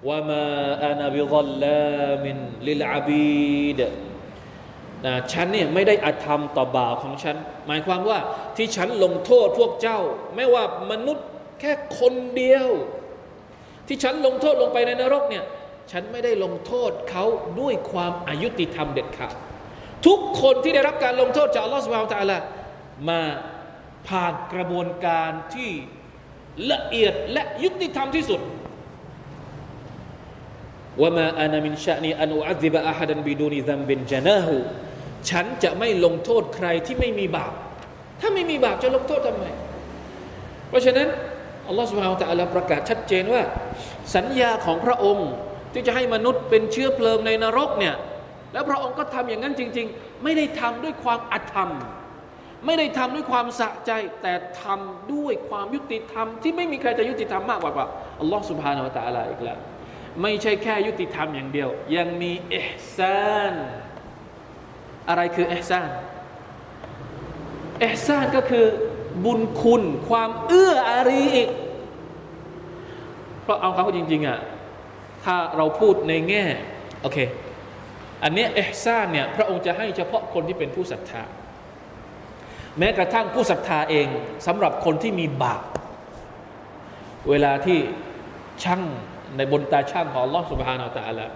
วะมาอานะบิฎัลลามินลิลอาบีดนะฉันเนี่ยไม่ได้อาธรรมต่อบ่าวของฉันหมายความว่าที่ฉันลงโทษพวกเจ้าไม่ว่ามนุษย์แค่คนเดียวที่ฉันลงโทษลงไปในนรกเนี่ยฉันไม่ได้ลงโทษเขาด้วยความอายุติธรรมเด็ดขาดทุกคนที่ได้รับการลงโทษจากอัลลอฮฺซุบฮานะฮูวะตะอาลามาผ่านกระบวนการที่ละเอียดและยุติธรรมที่สุดวะมาอานะมินชะนีอันอุอัซซิบะอะฮัดันบิดูนิซัมบินญะนาฮูฉันจะไม่ลงโทษใครที่ไม่มีบาปถ้าไม่มีบาปจะลงโทษทำไมเพราะฉะนั้นอัลลอฮฺซุบฮานะฮูวะตะอาลาประกาศชัดเจนว่าสัญญาของพระองค์ที่จะให้มนุษย์เป็นเชื้อเพลิงในนรกเนี่ยแล้วพระองค์ก็ทำอย่างนั้นจริงๆไม่ได้ทำด้วยความอธรรมไม่ได้ทำด้วยความสะใจแต่ทำด้วยความยุติธรรมที่ไม่มีใครจะยุติธรรมมากกว่าอัลลอฮฺซุบฮานะฮูวะตะอาลาอีกแล้วไม่ใช่แค่ยุติธรรมอย่างเดียวยังมีอิห์ซานอะไรคืออิห์ซานอิห์ซานก็คือบุญคุณความเอื้ออารีอีกเพราะเอาเขาจริงๆอ่ะถ้าเราพูดในแง่โอเคอันนี้อิห์ซานเนี่ยพระองค์จะให้เฉพาะคนที่เป็นผู้ศรัทธาแม้กระทั่งผู้ศรัทธาเองสำหรับคนที่มีบาปเวลาที่ชั่งในบนตาช่างของอัลลอฮฺซุบฮานะฮูวะตะอาลา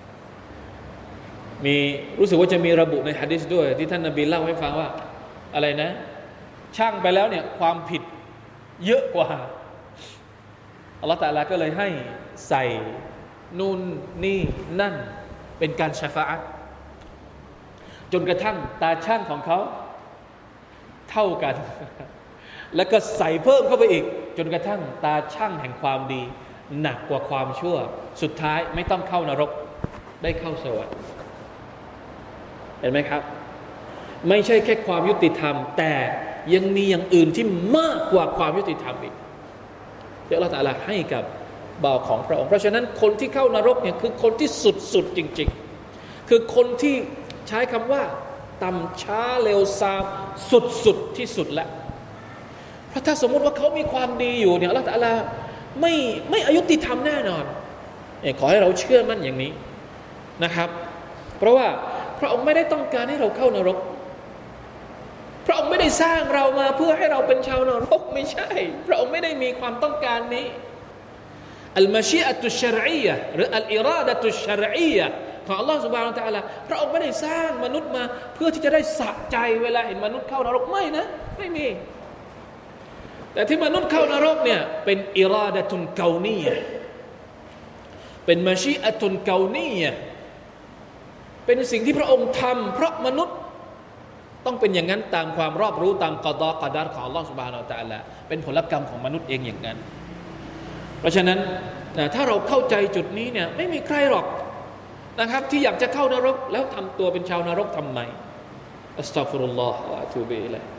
มีรู้สึกว่าจะมีระบุในหะดีษด้วยที่ท่านนบีเล่าให้ฟังว่าอะไรนะช่างไปแล้วเนี่ยความผิดเยอะกว่าอัลลอฮฺตะอาลาก็เลยให้ใส่นู่นนี่นั่นเป็นการชะฟาอะห์จนกระทั่งตาช่างของเขาเท่ากันแล้วก็ใส่เพิ่มเข้าไปอีกจนกระทั่งตาช่างแห่งความดีหนักกว่าความชั่วสุดท้ายไม่ต้องเข้านรกได้เข้าสวรรค์เห็นไหมครับไม่ใช่แค่ความยุติธรรมแต่ยังมีอย่างอื่นที่มากกว่าความยุติธรรมอีกที่อัลเลาะห์ตะอาลาให้กับบ่าวของพระองค์เพราะฉะนั้นคนที่เข้านรกเนี่ยคือคนที่สุดจริงๆคือคนที่ใช้คำว่าต่ำช้าเร็วซามสุดที่สุดแล้วเพราะถ้าสมมุติว่าเขามีความดีอยู่เนี่ยอัลเลาะห์ตะอาลาไม่อายุติธรรมแน่นอนขอให้เราเชื่อมั่นอย่างนี้นะครับเพราะว่าพระองค์ไม่ได้ต้องการให้เราเข้านรกพระองค์ไม่ได้สร้างเรามาเพื่อให้เราเป็นชาวนรกไม่ใช่พระองค์ไม่ได้มีความต้องการนี้อัลมาชีอะตุชชัรอียะห์หรืออัลอิราดะตุชชัรอียะห์ของอัลลอฮฺซุบฮานะฮูวะตะอาลาพระองค์ไม่ได้สร้างมนุษย์มาเพื่อที่จะได้สะใจเวลาเห็นมนุษย์เข้านรกไม่นะไม่มีแต่ที่มนุษย์เข้านรกเนี่ยเป็นอิราดะตุนเกานียะห์เป็นมาชีอะตุนเกานียะห์เป็นสิ่งที่พระองค์ทำเพราะมนุษย์ต้องเป็นอย่างนั้นตามความรอบรู้ตามกอฎอกอดัรของอัลลอฮฺซุบฮานะฮูวะตะอาลาเป็นผลกรรมของมนุษย์เองอย่างนั้นเพราะฉะนั้นถ้าเราเข้าใจจุดนี้เนี่ยไม่มีใครหรอกนะครับที่อยากจะเข้านรกแล้วทำตัวเป็นชาวนรกทำไมอัสตัฆฟิรุลลอฮ์วะอะตูบิอิลัยฮ์